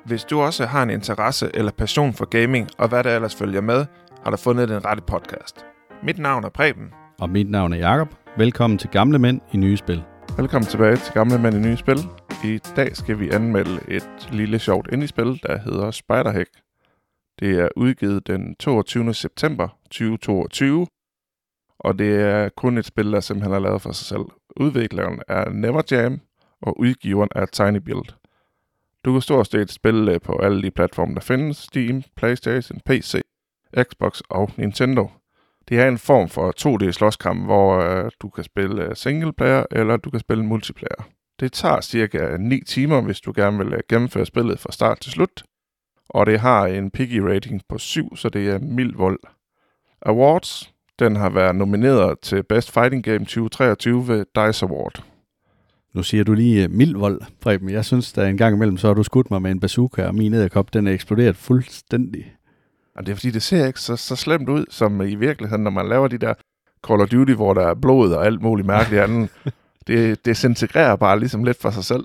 Hvis du også har en interesse eller passion for gaming, og hvad der ellers følger med, har du fundet den rette podcast. Mit navn er Preben. Og mit navn er Jakob. Velkommen til Gamle Mænd i Nye Spil. Velkommen tilbage til Gamle Mænd i Nye Spil. I dag skal vi anmelde et lille sjovt indie-spil, der hedder Spiderheck. Det er udgivet den 22. september 2022, og det er kun et spil, der simpelthen er lavet for sig selv. Udvikleren er Neverjam, og udgiveren er Tiny Build. Du kan stort set spille på alle de platforme, der findes: Steam, PlayStation, PC, Xbox og Nintendo. Det er en form for 2D-slåskamp, hvor du kan spille singleplayer eller du kan spille multiplayer. Det tager cirka 9 timer, hvis du gerne vil gennemføre spillet fra start til slut. Og det har en PG-rating på 7, så det er mild vold. Awards: den har været nomineret til Best Fighting Game 2023 ved DICE Award. Nu siger du lige mild vold, Preben. Jeg synes, der en gang imellem, så har du skudt mig med en bazooka, og min edderkop, den er eksploderet fuldstændig. Og det er fordi, det ser ikke så slemt ud, som i virkeligheden, når man laver de der Call of Duty, hvor der er blod og alt muligt mærkeligt andet. Det desintegrerer bare ligesom lidt for sig selv.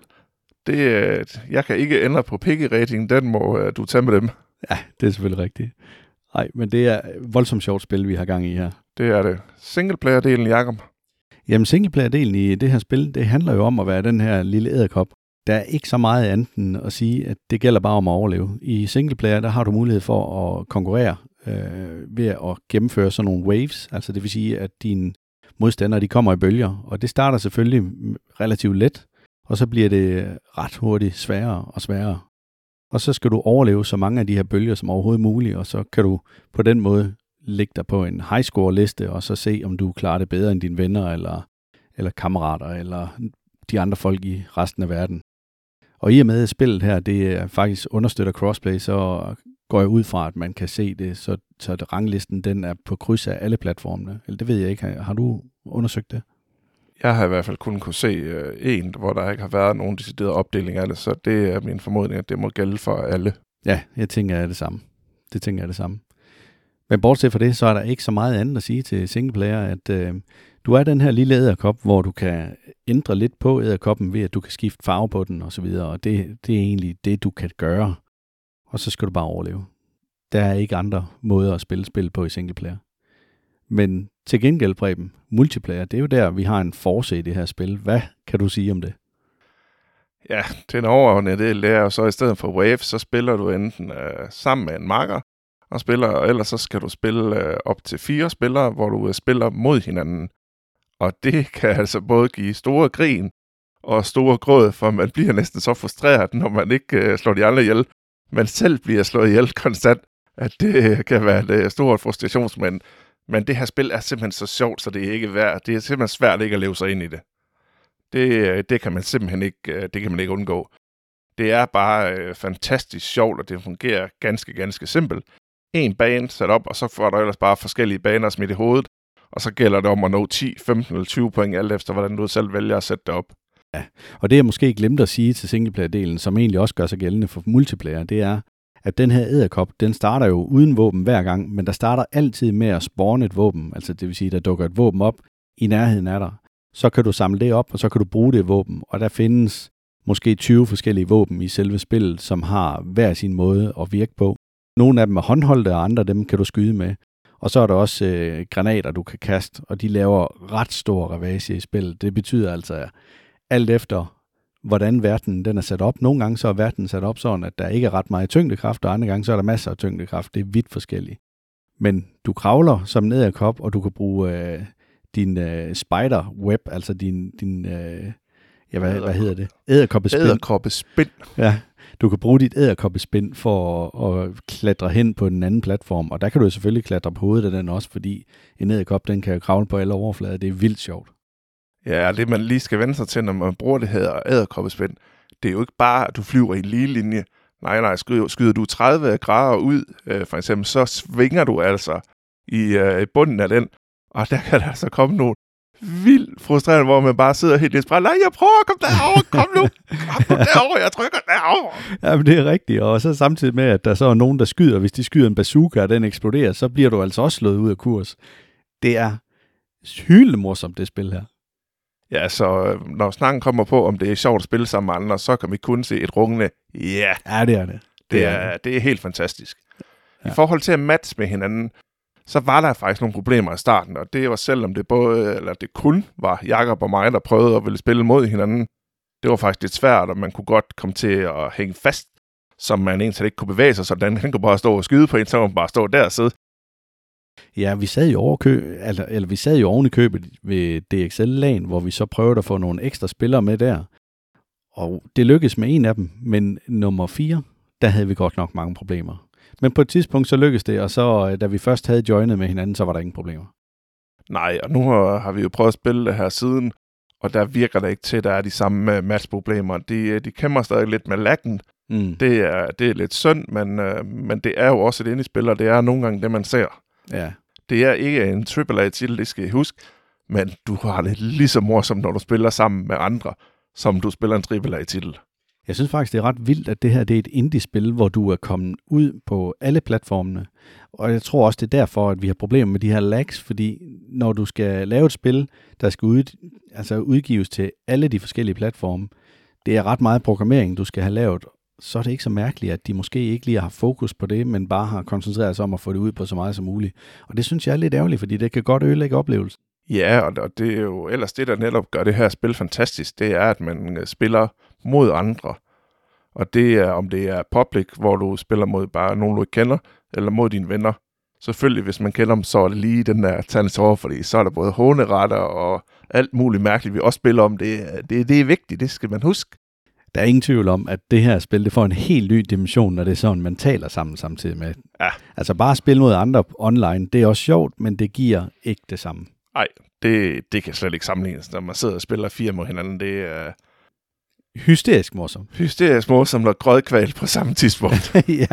Jeg kan ikke ændre på PG-rating, den må du tage med dem. Ja, det er selvfølgelig rigtigt. Nej, men det er voldsomt sjovt spil, vi har gang i her. Det er det. Singleplayer-delen, Jakob? Jamen, singleplayer-delen i det her spil, det handler jo om at være den her lille edderkop. Der er ikke så meget andet end at sige, at det gælder bare om at overleve. I singleplayer, der har du mulighed for at konkurrere ved at gennemføre sådan nogle waves. Altså det vil sige, at dine modstandere, de kommer i bølger. Og det starter selvfølgelig relativt let, og så bliver det ret hurtigt sværere og sværere. Og så skal du overleve så mange af de her bølger som overhovedet muligt, og så kan du på den måde lægge dig på en high score liste, og så se, om du klarer det bedre end dine venner, eller kammerater, eller de andre folk i resten af verden. Og i og med, at spillet her, det faktisk understøtter crossplay, så går jeg ud fra, at man kan se det, så ranglisten, den er på kryds af alle platformene. Eller det ved jeg ikke. Har du undersøgt det? Jeg har i hvert fald kun kunne se en, hvor der ikke har været nogen decideret opdeling af det, så det er min formodning, at det må gælde for alle. Ja, jeg tænker det samme. Men bortset fra det, så er der ikke så meget andet at sige til singleplayer, at du er den her lille edderkop, hvor du kan ændre lidt på edderkoppen ved, at du kan skifte farve på den osv., og det er egentlig det, du kan gøre. Og så skal du bare overleve. Der er ikke andre måder at spille spil på i singleplayer. Men til gengæld, Preben, multiplayer, det er jo der, vi har en force i det her spil. Hvad kan du sige om det? Ja, den overordnede del er jo så, i stedet for wave, så spiller du enten sammen med en makker, og ellers så skal du spille op til 4 spillere, hvor du spiller mod hinanden. Og det kan altså både give store grin og store gråd, for man bliver næsten så frustreret, når man ikke slår de andre ihjel. Man selv bliver slået ihjel konstant, at det kan være et stort frustrationsmoment. Men det her spil er simpelthen så sjovt, så det er ikke værd. Det er simpelthen svært ikke at leve sig ind i det. Det kan man simpelthen ikke undgå. Det er bare fantastisk sjovt, og det fungerer ganske, ganske simpelt. En bane sat op, og så får du ellers bare forskellige baner smidt i hovedet, og så gælder det om at nå 10, 15 eller 20 point, alt efter hvordan du selv vælger at sætte det op. Ja, og det jeg måske glemte at sige til singleplayer-delen, som egentlig også gør sig gældende for multiplayer, det er, at den her edderkop, den starter jo uden våben hver gang, men der starter altid med at spawne et våben, altså det vil sige, der dukker et våben op i nærheden af dig. Så kan du samle det op, og så kan du bruge det våben, og der findes måske 20 forskellige våben i selve spillet, som har hver sin måde at virke på. Nogle af dem er håndholdte, og andre dem kan du skyde med. Og så er der også granater, du kan kaste, og de laver ret stor ravage i spillet. Det betyder altså, alt efter hvordan verden den er sat op. Nogle gange så er verden sat op sådan, at der ikke er ret meget tyngdekraft, og andre gange så er der masser af tyngdekraft. Det er vidt forskelligt. Men du kravler som en edderkop, og du kan bruge din spider web, altså hvad hedder det? Edderkoppespind. Ja, du kan bruge dit edderkoppespind for at klatre hen på den anden platform, og der kan du selvfølgelig klatre på hovedet af den også, fordi en edderkop, den kan jo kravle på alle overflader. Det er vildt sjovt. Ja, det man lige skal vende sig til, når man bruger det her edderkoppespind, det er jo ikke bare, at du flyver i en lige linje. Nej, skyder du 30 grader ud, for eksempel, så svinger du altså i bunden af den, og der kan der altså komme nogle vildt frustrerende, hvor man bare sidder helt desperat. Nej, jeg prøver at komme derover, kom nu, kom derover, jeg trykker derover. Ja, men det er rigtigt, og så samtidig med, at der så er nogen, der skyder, hvis de skyder en bazooka, og den eksploderer, så bliver du altså også slået ud af kurs. Det er hyldende morsomt, det spil her. Ja, så når snakken kommer på, om det er sjovt at spille sammen med andre, så kan vi kun se et rungende ja. Ja, det er det. Det er helt fantastisk. Ja. I forhold til at matche med hinanden, så var der faktisk nogle problemer i starten, og det var selvom det kun var Jakob og mig, der prøvede at ville spille mod hinanden. Det var faktisk lidt svært, og man kunne godt komme til at hænge fast, som man egentlig ikke kunne bevæge sig, så den kunne bare stå og skyde på en, så man bare stå der og sidde. Ja, vi sad jo oven i købet ved DXL-LAN, hvor vi så prøvede at få nogle ekstra spillere med der. Og det lykkedes med en af dem, men nummer 4, der havde vi godt nok mange problemer. Men på et tidspunkt så lykkedes det, og så da vi først havde joinet med hinanden, så var der ingen problemer. Nej, og nu har vi jo prøvet at spille det her siden, og der virker det ikke til, at der er de samme matchproblemer. De kæmper stadig lidt med laggen. Det er lidt synd, men det er jo også et indie-spil, og det er nogle gange det, man ser. Ja. Det er ikke en AAA-titel, det skal I huske, men du har det lige så morsomt, når du spiller sammen med andre, som du spiller en AAA-titel. Jeg synes faktisk, det er ret vildt, at det her det er et indie-spil, hvor du er kommet ud på alle platformene. Og jeg tror også, det er derfor, at vi har problemer med de her lags, fordi når du skal lave et spil, der skal udgives til alle de forskellige platforme, det er ret meget programmering, du skal have lavet, så er det ikke så mærkeligt, at de måske ikke lige har fokus på det, men bare har koncentreret sig om at få det ud på så meget som muligt. Og det synes jeg er lidt ærgerligt, fordi det kan godt ødelægge oplevelsen. Ja, og det er jo ellers det, der netop gør det her spil fantastisk, det er, at man spiller mod andre. Og det er, om det er public, hvor du spiller mod bare nogen, du ikke kender, eller mod dine venner. Selvfølgelig, hvis man kender dem, så er det lige den der tandens over, fordi så er der både håneretter og alt muligt mærkeligt, vi også spiller om. Det er vigtigt, det skal man huske. Der er ingen tvivl om, at det her spil, det får en helt ny dimension, når det er sådan, man taler sammen samtidig med. Ja. Altså bare at spille mod andre online, det er også sjovt, men det giver ikke det samme. Nej, det kan slet ikke sammenlignes, når man sidder og spiller 4 mod hinanden. Det er hysterisk morsomt. Hysterisk morsomt og grødkval på samme tidspunkt.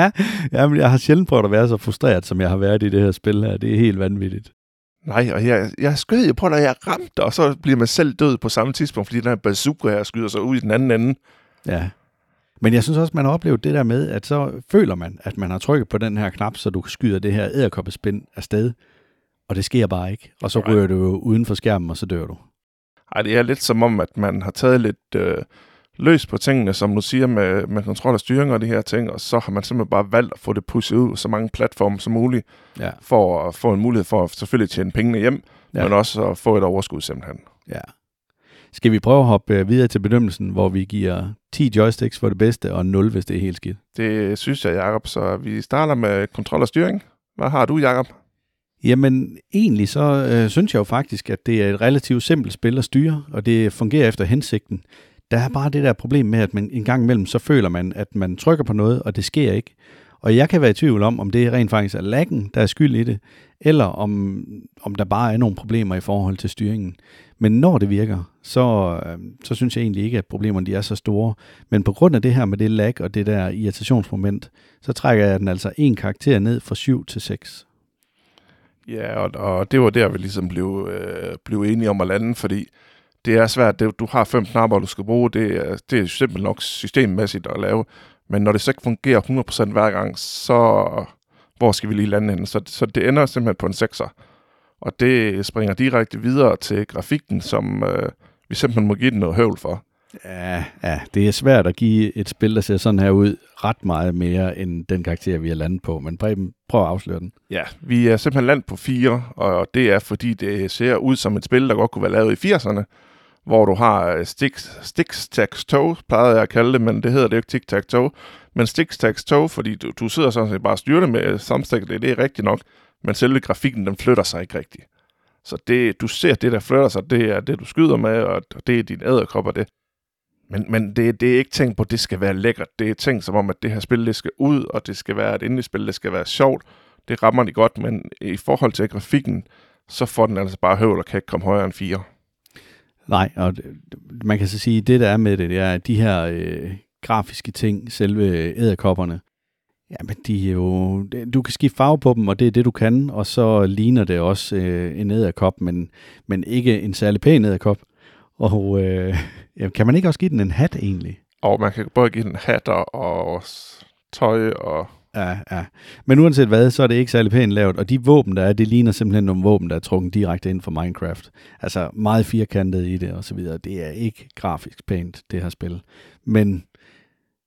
ja, men jeg har sjældent prøvet at være så frustreret, som jeg har været i det her spil her. Det er helt vanvittigt. Nej, og jeg skød jo på, når jeg ramte, og så bliver man selv død på samme tidspunkt, fordi den her bazooka her skyder sig ud i den anden ende. Ja, men jeg synes også, man har oplevet det der med, at så føler man, at man har trykket på den her knap, så du skyder det her edderkoppespind afsted, og det sker bare ikke. Og så rører du jo uden for skærmen, og så dør du. Ej, det er lidt som om, at man har taget lidt løs på tingene, som du siger, med kontrol og styring og de her ting, og så har man simpelthen bare valgt at få det pushet ud så mange platforme som muligt, for at få en mulighed for at selvfølgelig tjene pengene hjem, men også at få et overskud simpelthen. Ja. Skal vi prøve at hoppe videre til bedømmelsen, hvor vi giver 10 joysticks for det bedste, og 0, hvis det er helt skidt? Det synes jeg, Jakob, så vi starter med kontrol og styring. Hvad har du, Jakob? Jamen, egentlig så synes jeg jo faktisk, at det er et relativt simpelt spil at styre, og det fungerer efter hensigten. Der er bare det der problem med, at man en gang imellem, så føler man, at man trykker på noget, og det sker ikke. Og jeg kan være i tvivl om det rent faktisk er laggen, der er skyld i det, eller om der bare er nogle problemer i forhold til styringen. Men når det virker, så synes jeg egentlig ikke, at problemerne de er så store. Men på grund af det her med det lag og det der irritationsmoment, så trækker jeg den altså en karakter ned fra 7 til 6. Ja, og det var der, vi ligesom blev enige om at lande, fordi det er svært. Du har 5 knapper, du skal bruge. Det er simpelthen nok systemmæssigt at lave. Men når det så ikke fungerer 100% hver gang, så hvor skal vi lige lande henne? Så det ender simpelthen på en 6'er. Og det springer direkte videre til grafikken, som vi simpelthen må give den noget høvl for. Ja, det er svært at give et spil, der ser sådan her ud, ret meget mere end den karakter, vi har landet på. Men prøv at afsløre den. Ja, vi er simpelthen landet på 4, og det er, fordi det ser ud som et spil, der godt kunne være lavet i 80'erne, hvor du har Sticks-Tags-Toe, plejede jeg at kalde det, men det hedder det ikke Tic-Tac-Toe. Men Sticks-Tags-Toe, fordi du sidder sådan set bare og styrer det med samstik, det er rigtigt nok, men selve grafikken, den flytter sig ikke rigtigt. Så du ser det, der flytter sig, det er det, du skyder med, og det er din edderkop og det. Men det er ikke tænkt på, at det skal være lækkert. Det er tænkt som om, at det her spil, det skal ud, og det skal være et indie-spil, det skal være sjovt. Det rammer de godt, men i forhold til grafikken, så får den altså bare høvl og kan ikke komme højere end 4. Nej, og man kan så sige, at det der er med det er, at de her grafiske ting, selve edderkopperne, jamen de er jo, du kan skifte farve på dem, og det er det, du kan, og så ligner det også en edderkop, men ikke en særlig pæn edderkop. Og kan man ikke også give den en hat egentlig? Og man kan både give den hatter og tøj og... Ja. Men uanset hvad, så er det ikke særlig pænt lavet, og de våben, der er, det ligner simpelthen nogle våben, der er trukket direkte ind fra Minecraft. Altså meget firkantet i det og så videre. Det er ikke grafisk pænt, det her spil. Men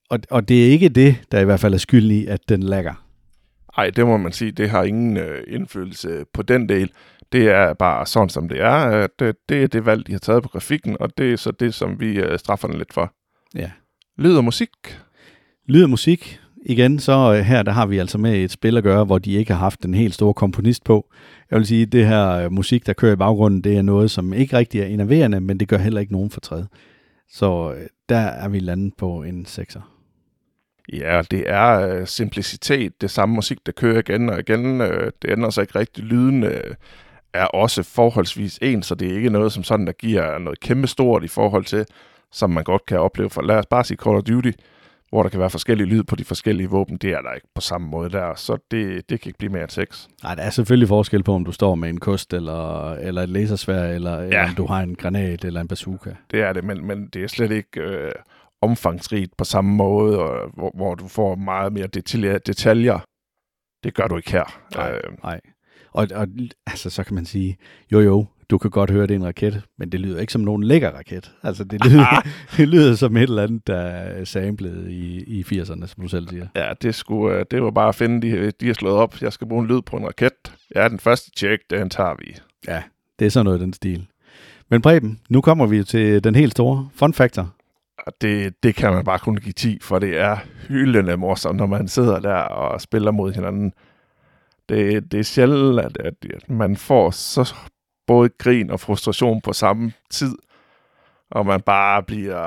Og det er ikke det, der i hvert fald er skyld i, at den lagger. Nej, det må man sige, det har ingen indflydelse på den del. Det er bare sådan, som det er. At det er det valg, de har taget på grafikken, og det er så det, som vi straffer den lidt for. Ja. Lyd og musik. Lyd og musik. Igen, så her der har vi altså med et spil at gøre, hvor de ikke har haft en helt stor komponist på. Jeg vil sige, at det her musik, der kører i baggrunden, det er noget, som ikke rigtig er innoverende, men det gør heller ikke nogen fortræd. Så der er vi landet på en 6'er. Ja, det er simplicitet. Det samme musik, der kører igen og igen. Det ændrer sig ikke rigtig. Lyden er også forholdsvis ens, så det er ikke noget som sådan, der giver noget kæmpe stort i forhold til, som man godt kan opleve. For lad os bare sige Call of Duty, hvor der kan være forskellige lyd på de forskellige våben. Det er der ikke på samme måde der, så det kan ikke blive mere end 6. Nej, der er selvfølgelig forskel på, om du står med en kost, eller et lasersværd, eller om du har en granat eller en bazooka. Det er det, men det er slet ikke omfangsrigt på samme måde, og hvor du får meget mere detaljer. Det gør du ikke her. Nej. Og altså, så kan man sige, jo, du kan godt høre, det er en raket, men det lyder ikke som nogen lækker raket. Altså, det lyder som et eller andet, der er samlet i 80'erne, som du selv siger. Ja, det var bare at finde, de har slået op. Jeg skal bruge en lyd på en raket. Ja, den første check, den tager vi. Ja, det er sådan noget i den stil. Men Preben, nu kommer vi til den helt store fun factor. Det kan man bare kun give 10, for det er hyldende morsomt, når man sidder der og spiller mod hinanden. Det er sjældent, at man får så både grin og frustration på samme tid, og man bare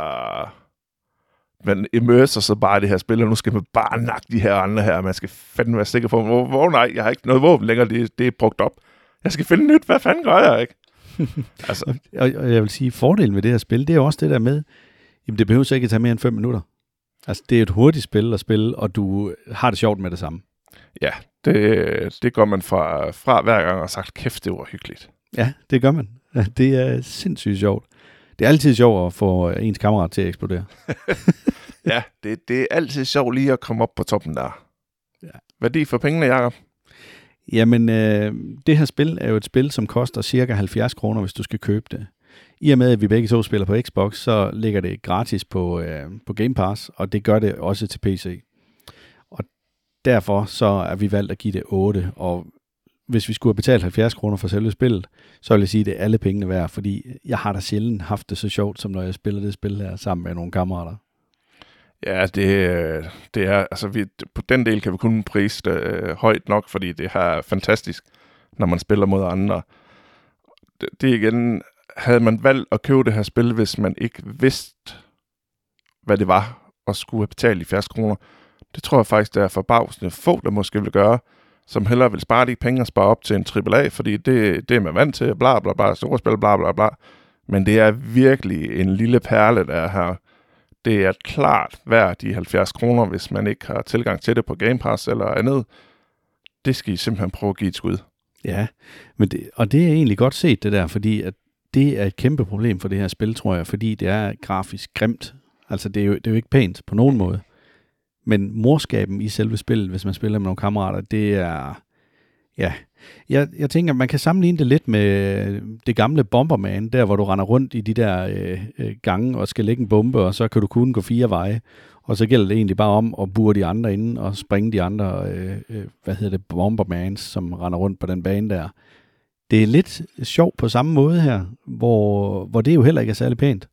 man immerser sig bare i det her spil, og nu skal man bare nakke de her andre her, man skal fandme være sikker på, hvor nej, jeg har ikke noget våben længere, det er brugt op. Jeg skal finde nyt, hvad fanden gør jeg, ikke? Altså. Og jeg vil sige, fordelen ved det her spil, det er også det der med, jamen det behøver så ikke at tage mere end 5 minutter. Altså det er et hurtigt spil at spille, og du har det sjovt med det samme. Ja, det går man fra hver gang og sagt, kæft, det var hyggeligt. Ja, det gør man. Det er sindssygt sjovt. Det er altid sjovt at få ens kammerat til at eksplodere. Ja, det er altid sjovt lige at komme op på toppen der. Ja. Værdi for pengene, Jacob? Jamen, det her spil er jo et spil, som koster cirka 70 kroner, hvis du skal købe det. I og med, at vi begge to spiller på Xbox, så ligger det gratis på Game Pass, og det gør det også til PC. Og derfor så er vi valgt at give det 8, og hvis vi skulle have betalt 70 kroner for selve spillet, så vil jeg sige, at det er alle pengene værd, fordi jeg har da sjældent haft det så sjovt, som når jeg spiller det spil her sammen med nogle kammerater. Ja, det er, altså på den del kan vi kun prise det højt nok, fordi det her er fantastisk, når man spiller mod andre. Det igen, havde man valgt at købe det her spil, hvis man ikke vidste, hvad det var, og skulle have betalt 70 kroner. Det tror jeg faktisk, der er forbavsende få, der måske vil gøre, som hellere vil spare de penge og spare op til en AAA, fordi det er man vant til, bla bla bla, store spil, bla bla bla. Men det er virkelig en lille perle, der er her. Det er klart værd de 70 kroner, hvis man ikke har tilgang til det på Game Pass eller andet. Det skal I simpelthen prøve at give et skud. Ja, men det er egentlig godt set det der, fordi at det er et kæmpe problem for det her spil, tror jeg, fordi det er grafisk grimt. Altså det er jo ikke pænt på nogen måde. Men morskaben i selve spillet, hvis man spiller med nogle kammerater, det er... Ja, jeg tænker, man kan sammenligne det lidt med det gamle Bomberman, der hvor du render rundt i de der gange og skal lægge en bombe, og så kan du kun gå 4 veje. Og så gælder det egentlig bare om at bure de andre inde og springe de andre, Bombermans, som render rundt på den bane der. Det er lidt sjovt på samme måde her, hvor det jo heller ikke er særlig pænt.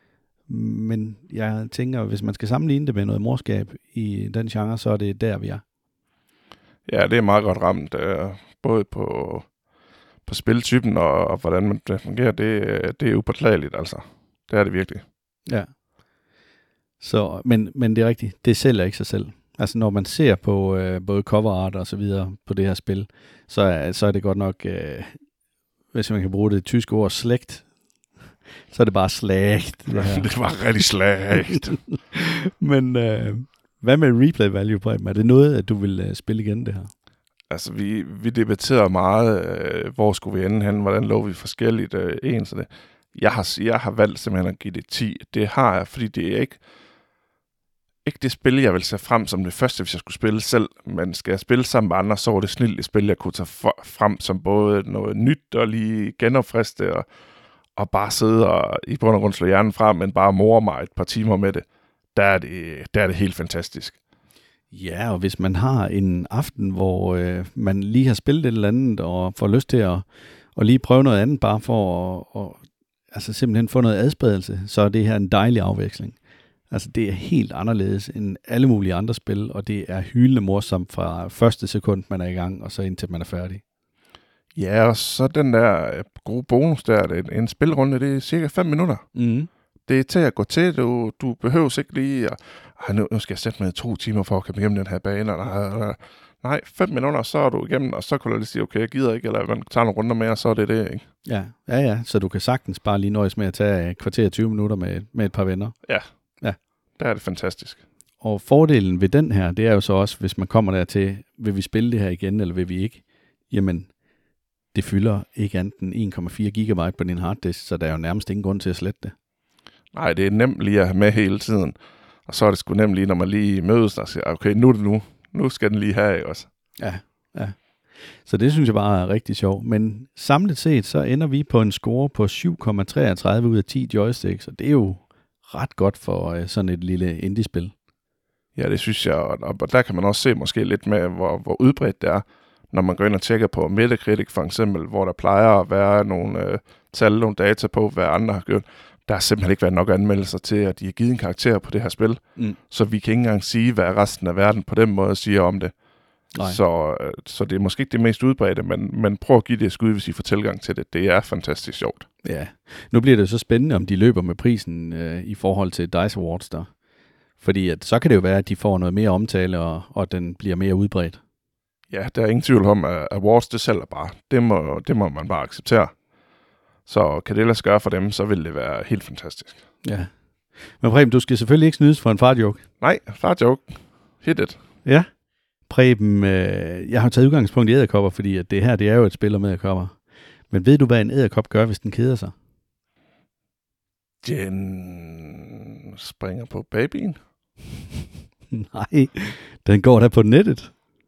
Men jeg tænker, hvis man skal sammenligne det med noget morskab i den genre, så er det der, vi er. Ja, det er meget godt ramt. Både på spiltypen og hvordan det fungerer. Det er upåklageligt, altså. Det er det virkelig. Ja. Så, men det er rigtigt. Det sælger ikke sig selv. Altså, når man ser på både cover art og så videre på det her spil, så er det godt nok, hvis man kan bruge det tyske ord, slægt, så er det bare slægt. Det var rigtig slægt. Men hvad med replay value, Preben? Er det noget, at du vil spille igen det her? Altså, vi debatterer meget, hvor skulle vi ende hen, hvordan lå vi forskelligt ens af det. Jeg har valgt simpelthen at give det 10. Det har jeg, fordi det er ikke det spil, jeg vil se frem som det første, hvis jeg skulle spille selv. Men skal jeg spille sammen med andre, så var det snildt et spil, jeg kunne tage frem som både noget nyt og lige genopfriske og bare sidde og i bund og grund slå hjernen frem, men bare more mig et par timer med det. der er det helt fantastisk. Ja, og hvis man har en aften, hvor man lige har spillet et eller andet, og får lyst til at lige prøve noget andet, bare for at altså simpelthen få noget adspredelse, så er det her en dejlig afveksling. Altså det er helt anderledes end alle mulige andre spil, og det er hyldende morsomt fra første sekund, man er i gang, og så indtil man er færdig. Ja, og så den der gode bonus der, en spilrunde, det er cirka 5 minutter. Mm. Det er til at gå til, du behøver ikke lige, nu skal jeg sætte mig 2 timer for at komme igennem den her bane, nej, 5 minutter, så er du igennem, og så kan du lige sige, okay, jeg gider ikke, eller man tager nogle runder mere, og så er det det, ikke? Ja, så du kan sagtens bare lige nøjes med at tage kvarter 20 minutter med et par venner. Ja, der er det fantastisk. Og fordelen ved den her, det er jo så også, hvis man kommer dertil, vil vi spille det her igen, eller vil vi ikke? Jamen, det fylder ikke andet end 1,4 gigabyte på din harddisk, så der er jo nærmest ingen grund til at slette det. Nej, det er nemt lige at have med hele tiden. Og så er det sgu nemt lige, når man lige mødes og siger, okay, nu er det nu skal den lige have også. Ja. Så det synes jeg bare er rigtig sjovt. Men samlet set, så ender vi på en score på 7,33 ud af 10 joysticks, og det er jo ret godt for sådan et lille indie-spil. Ja, det synes jeg, og der kan man også se måske lidt med, hvor udbredt det er, når man går ind og tjekker på Metacritic for eksempel, hvor der plejer at være nogle tal, nogle data på, hvad andre har gjort. Der har simpelthen ikke været nok anmeldelser til, at de har givet en karakter på det her spil. Så vi kan ikke engang sige, hvad resten af verden på den måde siger om det. Så det er måske ikke det mest udbredte, men prøv at give det et skud, hvis I får tilgang til det. Det er fantastisk sjovt. Ja, nu bliver det jo så spændende, om de løber med prisen i forhold til DICE Awards der. Fordi så kan det jo være, at de får noget mere omtale, og den bliver mere udbredt. Ja, der er ingen tvivl om, at Awards det sælger bare. Det må man bare acceptere. Så kan det ellers gøre for dem, så vil det være helt fantastisk. Ja. Men Preben, du skal selvfølgelig ikke snydes for en farjoke. Nej, farjoke. Hit it. Ja. Preben, jeg har taget udgangspunkt i edderkopper, fordi at det her, det er jo et spil om edderkopper. Men ved du, hvad en edderkop gør, hvis den keder sig? Den springer på babyen. Nej, den går der på nettet.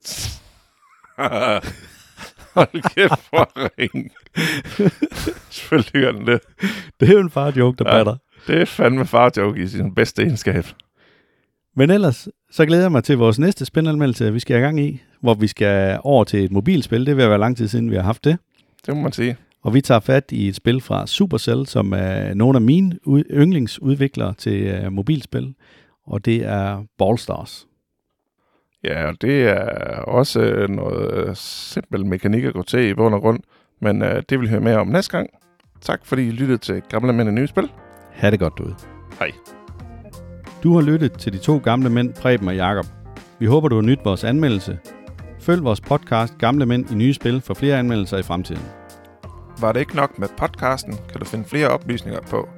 Hold kæft for ring. Selvfølgelig gør den det. Det er jo en farjoke, der batter. Det er fandme farjoke i sin bedste egenskab. Men ellers, så glæder jeg mig til vores næste spændanmeldelse, vi skal i gang i, hvor vi skal over til et mobilspil. Det vil være lang tid siden, vi har haft det. Det må man sige. Og vi tager fat i et spil fra Supercell, som er nogle af mine yndlingsudviklere til mobilspil. Og det er Ballstars. Ja, og det er også noget simpel mekanik at gå til i bund og grund. Men det vil vi høre mere om næste gang. Tak fordi I lyttede til Gamle Mænd i Nye Spil. Ha' det godt derude. Hej. Du har lyttet til de 2 gamle mænd, Preben og Jakob. Vi håber, du har nydt vores anmeldelse. Følg vores podcast Gamle Mænd i Nye Spil for flere anmeldelser i fremtiden. Var det ikke nok med podcasten, kan du finde flere oplysninger på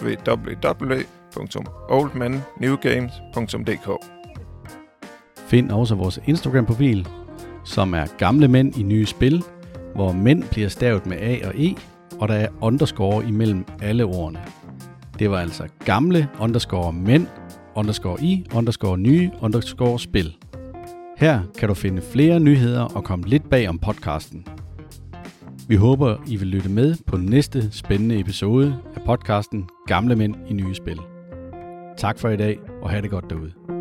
www.oldmennewgames.dk. Find også vores Instagram-profil, som er Gamle Mænd i Nye Spil, hvor mænd bliver stavet med A og E, og der er underscore imellem alle ordene. Det var altså gamle_mænd_i_nye_spil. Her kan du finde flere nyheder og komme lidt bag om podcasten. Vi håber, I vil lytte med på næste spændende episode af podcasten Gamle Mænd i Nye Spil. Tak for i dag, og have det godt derude.